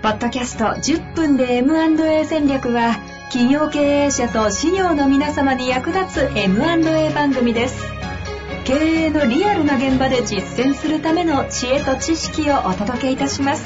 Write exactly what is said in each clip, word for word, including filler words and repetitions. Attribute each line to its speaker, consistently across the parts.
Speaker 1: ポッドキャストじゅっぷんで エムアンドエー 戦略は、企業経営者と事業の皆様に役立つ エムアンドエー 番組です。経営のリアルな現場で実践するための知恵と知識をお届けいたします。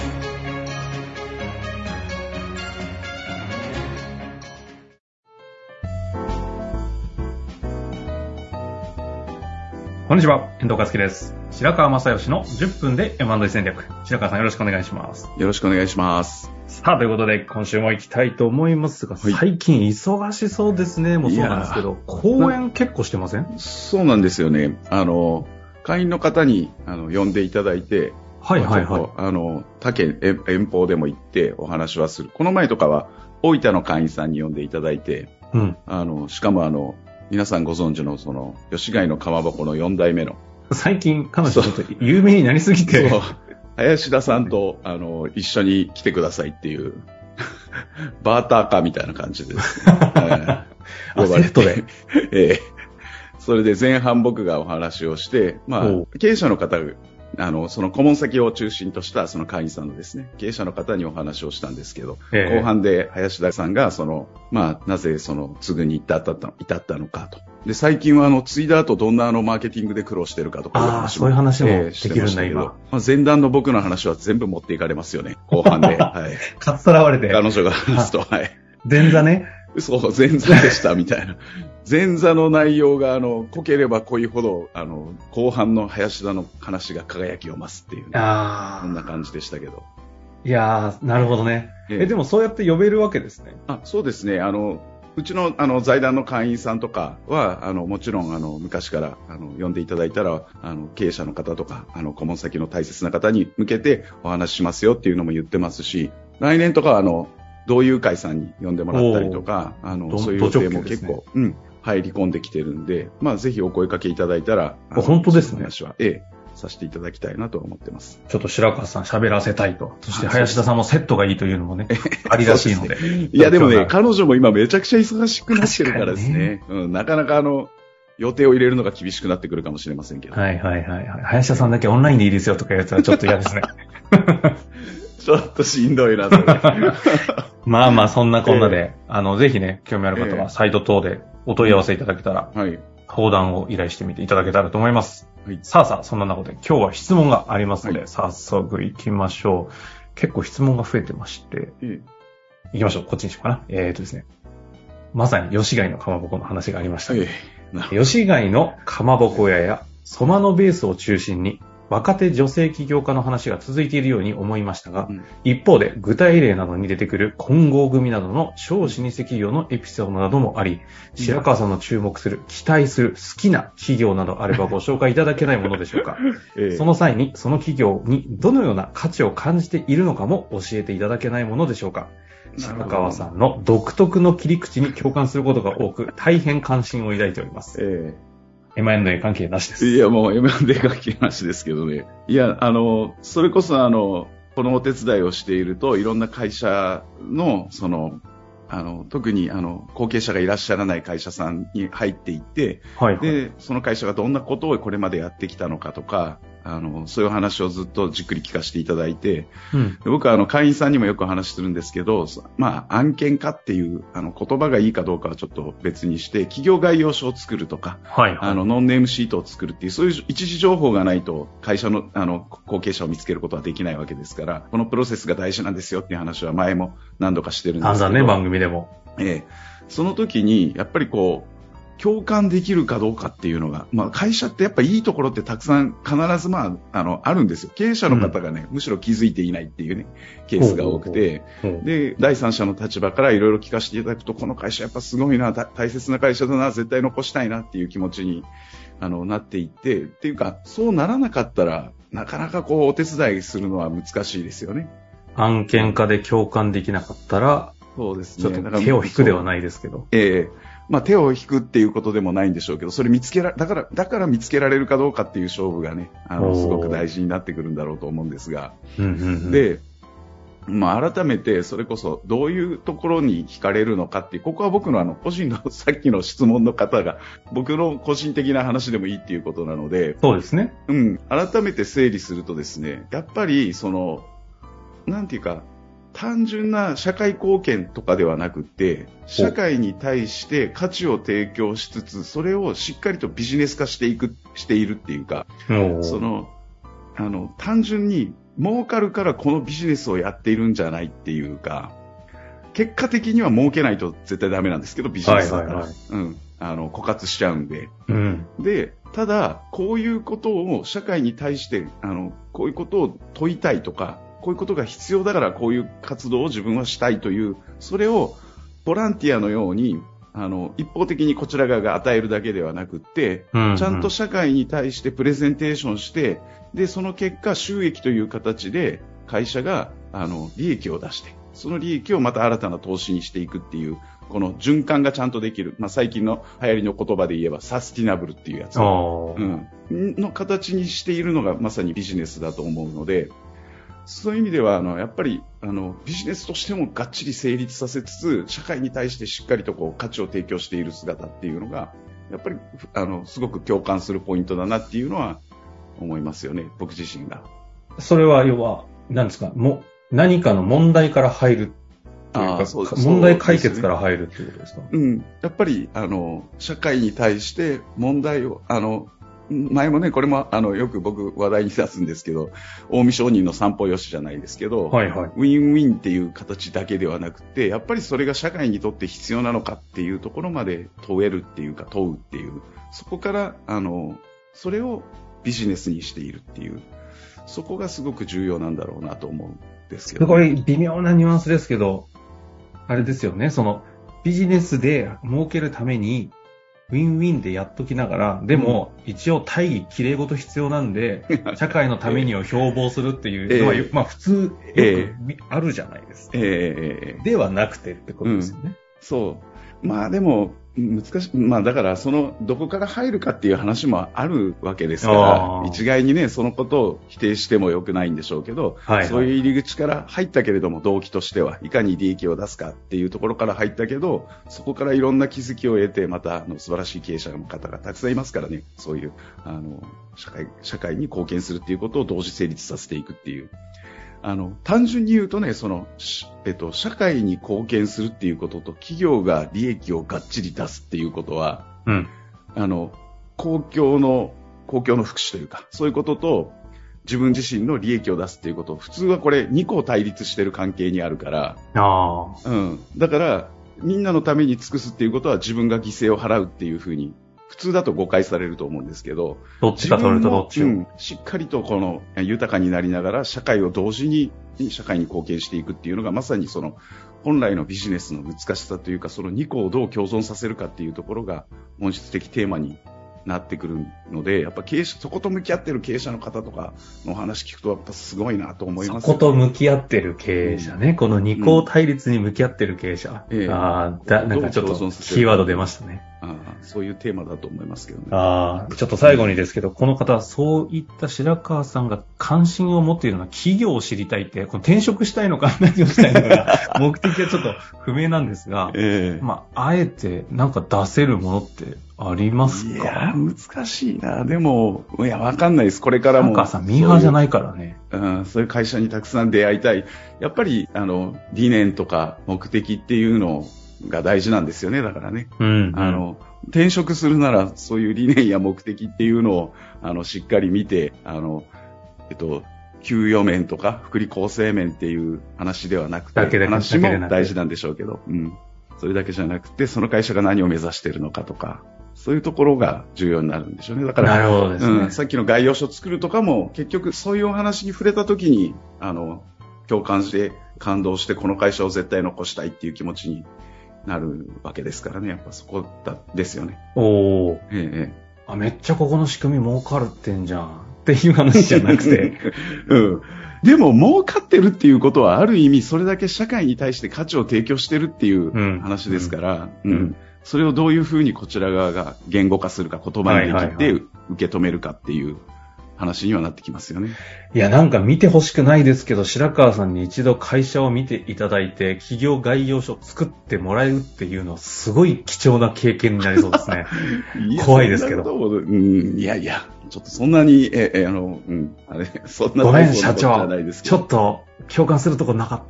Speaker 2: こんにちは、遠藤和樹です。白川正義のじゅっぷんで エムアンドエー 戦略。白川さん、よろしくお願いします。
Speaker 3: よろしくお願いします。
Speaker 2: さあ、ということで今週も行きたいと思いますが、はい、最近忙しそうですね。もうそうなんですけど、講演結構してません？
Speaker 3: そうなんですよね。あの会員の方にあの呼んでいただいて、
Speaker 2: はいはいはい。
Speaker 3: あの他県遠方でも行ってお話はする。この前とかは大分の会員さんに呼んでいただいて、うん、あのしかもあの皆さんご存知のその吉貝のかまぼこのよん代目の
Speaker 2: 最近彼女ちょっと有名になりすぎて、
Speaker 3: そう林田さんとあの一緒に来てくださいっていうバーターカーみたいな感じです、ね。えー、
Speaker 2: 呼ばれて、セットで、
Speaker 3: えー、それで前半僕がお話をして、まあ経営者の方があのその顧問先を中心としたその会員さんのですね経営者の方にお話をしたんですけど、えー、後半で林田さんがそのまあなぜその継ぐに至ったの至ったのかと。で最近はあの継いだ後どんなあのマーケティングで苦労してるかとかいう話も、
Speaker 2: そういう話もできるんだ今。
Speaker 3: まあ、前段の僕の話は全部持っていかれますよね後半で。はい。
Speaker 2: かっさらわれて。
Speaker 3: 彼女が話すとはい。
Speaker 2: 前座ね。
Speaker 3: そう前座でしたみたいな。前座の内容があの濃ければ濃いほどあの後半の林田の話が輝きを増すっていう、ね、あそんな感じでしたけど。
Speaker 2: いやーなるほどね。ええでもそうやって呼べるわけですね。
Speaker 3: あそうですね。あのうちの、あの財団の会員さんとかはあのもちろんあの昔からあの呼んでいただいたらあの経営者の方とかあの顧問先の大切な方に向けてお話ししますよっていうのも言ってますし、来年とかはあの同友会さんに呼んでもらったりとかあのそういう予定も結構、ねうん、入り込んできてるんで、まあ、ぜひお声掛けいただいたら
Speaker 2: 本当ですね。
Speaker 3: 話は、ええさせていただきたいなと思ってます。
Speaker 2: ちょっと白川さん喋らせたいと。そして林田さんもセットがいいというのもね、ありらしいので。
Speaker 3: ね、いやでもね、彼女も今めちゃくちゃ忙しくなってるからですね。ねうん、なかなかあの、予定を入れるのが厳しくなってくるかもしれませんけど。
Speaker 2: はいはいはい。林田さんだけオンラインでいいですよとか言うやつはちょっと嫌ですね。
Speaker 3: ちょっとしんどいなと。
Speaker 2: まあまあそんなこんなで、えー、あの、ぜひね、興味ある方はサイト等でお問い合わせいただけたら、はい。登壇を依頼してみていただけたらと思います。はい、さあさあ、そんな中で今日は質問がありますので、はい、早速行きましょう。結構質問が増えてまして、うん、行きましょう。こっちにしようかな。えーとですね。まさに吉貝のかまぼこの話がありました、ね。はい、吉貝のかまぼこ屋やそばのベースを中心に若手女性起業家の話が続いているように思いましたが、うん、一方で具体例などに出てくる混合組などの超老舗企業のエピソードなどもあり、白川さんの注目する、期待する好きな企業などあればご紹介いただけないものでしょうか。ええ、その際にその企業にどのような価値を感じているのかも教えていただけないものでしょうか。白川さんの独特の切り口に共感することが多く、大変関心を抱いております。ええエムアンドエー 関係なしです。
Speaker 3: いや、もう エムアンドエー 関係なしですけどね。いや、あの、それこそあの、このお手伝いをしていると、いろんな会社の、その、あの、特にあの、後継者がいらっしゃらない会社さんに入っていって、はいはい、で、その会社がどんなことをこれまでやってきたのかとか、あの、そういう話をずっとじっくり聞かせていただいて、うん、僕はあの、会員さんにもよく話するんですけど、まあ、案件化っていう、あの、言葉がいいかどうかはちょっと別にして、企業概要書を作るとか、はいはい、あの、ノンネームシートを作るっていう、そういう一時情報がないと、会社の、あの、後継者を見つけることはできないわけですから、このプロセスが大事なんですよっていう話は前も何度かしてるんですけど。
Speaker 2: 散々ね、番組でも。
Speaker 3: ええ。その時に、やっぱりこう、共感できるかどうかっていうのが、まあ、会社ってやっぱいいところってたくさん必ずまあ、あの、あるんですよ。経営者の方がね、うん、むしろ気づいていないっていうね、ケースが多くて、ほうほうほうで、第三者の立場からいろいろ聞かせていただくと、この会社やっぱすごいな、大切な会社だな、絶対残したいなっていう気持ちに、あの、なっていって、っていうか、そうならなかったら、なかなかこう、お手伝いするのは難しいですよね。
Speaker 2: 案件化で共感できなかったら、
Speaker 3: そうですね。
Speaker 2: ちょっと手を引くではないですけど。
Speaker 3: ええまあ、手を引くっていうことでもないんでしょうけど、それ見つけら、だから、だから見つけられるかどうかっていう勝負がね、あの、すごく大事になってくるんだろうと思うんですが、うんうんうん、で、まあ、改めてそれこそどういうところに惹かれるのかっていう、ここは僕のあの個人のさっきの質問の方が僕の個人的な話でもいいっていうことなので、
Speaker 2: そうですね。
Speaker 3: うん、改めて整理するとですね、やっぱりそのなんていうか単純な社会貢献とかではなくて、社会に対して価値を提供しつつ、それをしっかりとビジネス化していく、しているっていうか、その、あの、単純に儲かるからこのビジネスをやっているんじゃないっていうか、結果的には儲けないと絶対ダメなんですけど、ビジネスだから。はいはいはい、うん。あの、枯渇しちゃうんで。うん。で、ただ、こういうことを社会に対して、あの、こういうことを問いたいとか、こういうことが必要だからこういう活動を自分はしたいという、それをボランティアのように、あの、一方的にこちら側が与えるだけではなくって、うんうん、ちゃんと社会に対してプレゼンテーションして、で、その結果収益という形で会社が、あの、利益を出して、その利益をまた新たな投資にしていくっていう、この循環がちゃんとできる。まあ、最近の流行りの言葉で言えばサスティナブルっていうやつ、うん、の形にしているのがまさにビジネスだと思うので、そういう意味では、あの、やっぱり、あの、ビジネスとしてもがっちり成立させつつ、社会に対してしっかりとこう、価値を提供している姿っていうのが、やっぱり、あの、すごく共感するポイントだなっていうのは思いますよね、僕自身が。
Speaker 2: それは、要は、何ですか、も、何かの問題から入るというか、あ、そうです、問題解決から入るっていうことですか？
Speaker 3: うん。やっぱり、あの、社会に対して問題を、あの、前もね、これもあのよく僕話題に出すんですけど、近江商人の散歩よしじゃないですけど、はいはい、ウィンウィンっていう形だけではなくて、やっぱりそれが社会にとって必要なのかっていうところまで問えるっていうか問うっていう、そこからあのそれをビジネスにしているっていう、そこがすごく重要なんだろうなと思うんですけど、ね、
Speaker 2: これ微妙なニュアンスですけど、あれですよね、そのビジネスで儲けるためにウィンウィンでやっときながら、でも、うん、一応大義綺麗事必要なんで、社会のためにを標榜するっていうのは、えー、まあ普通よく、えー、あるじゃないですか、えー。ではなくてってことですよね。うん、
Speaker 3: そう。まあでも、難しい。まあだから、その、どこから入るかっていう話もあるわけですから、一概にね、そのことを否定してもよくないんでしょうけど、はいはい、そういう入り口から入ったけれども、動機としては、いかに利益を出すかっていうところから入ったけど、そこからいろんな気づきを得て、また、あの、素晴らしい経営者の方がたくさんいますからね、そういう、あの、社会、社会に貢献するっていうことを同時成立させていくっていう。あの、単純に言うとね、その、えっと、社会に貢献するっていうことと、企業が利益をがっちり出すっていうことは、うん、あの、公共の、公共の福祉というか、そういうことと、自分自身の利益を出すっていうこと、普通はこれ、二個対立してる関係にあるから、あうん。だから、みんなのために尽くすっていうことは、自分が犠牲を払うっていうふうに、普通だと誤解されると思うんですけど、
Speaker 2: どっちか取るとどっちを、うん、
Speaker 3: しっかりとこの豊かになりながら社会を同時に社会に貢献していくっていうのがまさにその本来のビジネスの難しさというか、そのにこをどう共存させるかっていうところが本質的テーマになってくるので、やっぱ経営者、そこと向き合ってる経営者の方とかの話聞くとやっぱすごいなと思います、ね、
Speaker 2: そこと向き合ってる経営者ね、うん、この二項対立に向き合ってる経営者、うん、あだなんかちょっとキーワード出ましたね。
Speaker 3: あそういうテーマだと思いますけどね。
Speaker 2: あちょっと最後にですけど、この方、そういった白川さんが関心を持っているような企業を知りたいって、この転職したいのか何をしたいのか目的はちょっと不明なんですが、えー、まあ、あえてなんか出せるものってありますか？
Speaker 3: いや、難しいな。でも、いや、わかんないです。これからも。
Speaker 2: 白川さん、ミーハーじゃないからね。
Speaker 3: うん、そういう会社にたくさん出会いたい。やっぱり、あの、理念とか目的っていうのが大事なんですよね。だからね。うん、うん。あの、転職するなら、そういう理念や目的っていうのを、あの、しっかり見て、あの、えっと、給与面とか、福利厚生面っていう話ではなくて、だけで話も大事なんでしょうけど、うん。それだけじゃなくて、その会社が何を目指しているのかとか、そういうところが重要になるんでしょうね。だから、なるほどですね。うん、さっきの概要書を作るとかも、結局そういうお話に触れたときに、あの、共感して、感動して、この会社を絶対残したいっていう気持ちになるわけですからね。やっぱそこだですよね。おー。
Speaker 2: ええ。あ、めっちゃここの仕組み儲かるってんじゃん。っていう話じゃなくて。
Speaker 3: うん。でも、儲かってるっていうことは、ある意味、それだけ社会に対して価値を提供してるっていう話ですから、うん。うんうん、それをどういうふうにこちら側が言語化するか、言葉にできて受け止めるかっていう話にはなってきますよね。
Speaker 2: いや、なんか見てほしくないですけど、白川さんに一度会社を見ていただいて、企業概要書を作ってもらえるっていうのは、すごい貴重な経験になりそうですね。怖いですけど。
Speaker 3: うん、いやいや、ちょっとそんなに、え、え、あの、うん、あれ、そんな
Speaker 2: ごめん、社長。ちょっと、 共感するとこなかった。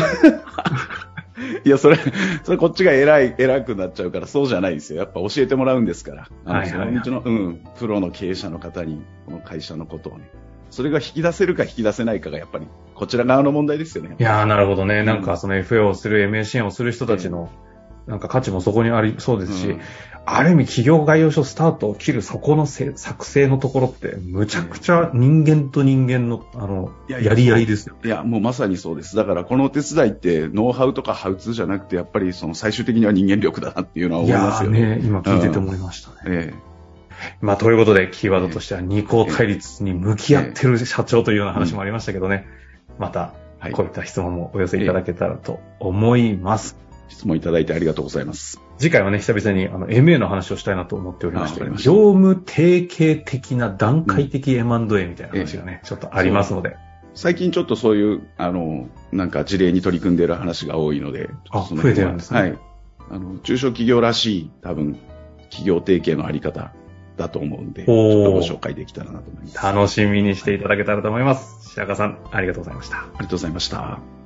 Speaker 3: いや、それ、それこっちが偉い、偉くなっちゃうから、そうじゃないですよ。やっぱ教えてもらうんですから。あの、はいはいはい、そのうちの、うん、プロの経営者の方に、この会社のことをね、それが引き出せるか引き出せないかが、やっぱり、こちら側の問題ですよね。
Speaker 2: いやー、なるほどね。うん、なんか、その エフエー をする、エムエー 支援をする人たちの、なんか価値もそこにありそうですし、うん、ある意味企業概要書スタートを切るそこの作成のところってむちゃくちゃ人間と人間のあの や, やり合いですよ。
Speaker 3: いやもうまさにそうです。だからこのお手伝いってノウハウとかハウツーじゃなくてやっぱりその最終的には人間力だなっていうのは思いますよね。
Speaker 2: いやね今聞いてて思いましたね。うんええ、まあということでキーワードとしては二項対立に向き合ってる社長というような話もありましたけどね。またこういった質問もお寄せいただけたらと思います。
Speaker 3: 質問いただいてありがとうございます。
Speaker 2: 次回はね、久々にあの エムエー の話をしたいなと思っておりまして、業務提携的な段階的 エムアンドエー みたいな話がね、うん、ちょっとありますので。
Speaker 3: 最近ちょっとそういう、あの、なんか事例に取り組んでいる話が多いので。
Speaker 2: あ、増えてるんですね。
Speaker 3: はい。あの、中小企業らしい、多分、企業提携のあり方だと思うんで、ちょっとご紹介できたらなと思います。
Speaker 2: 楽しみにしていただけたらと思います。白川さん、ありがとうございました。あ
Speaker 3: りがとうございました。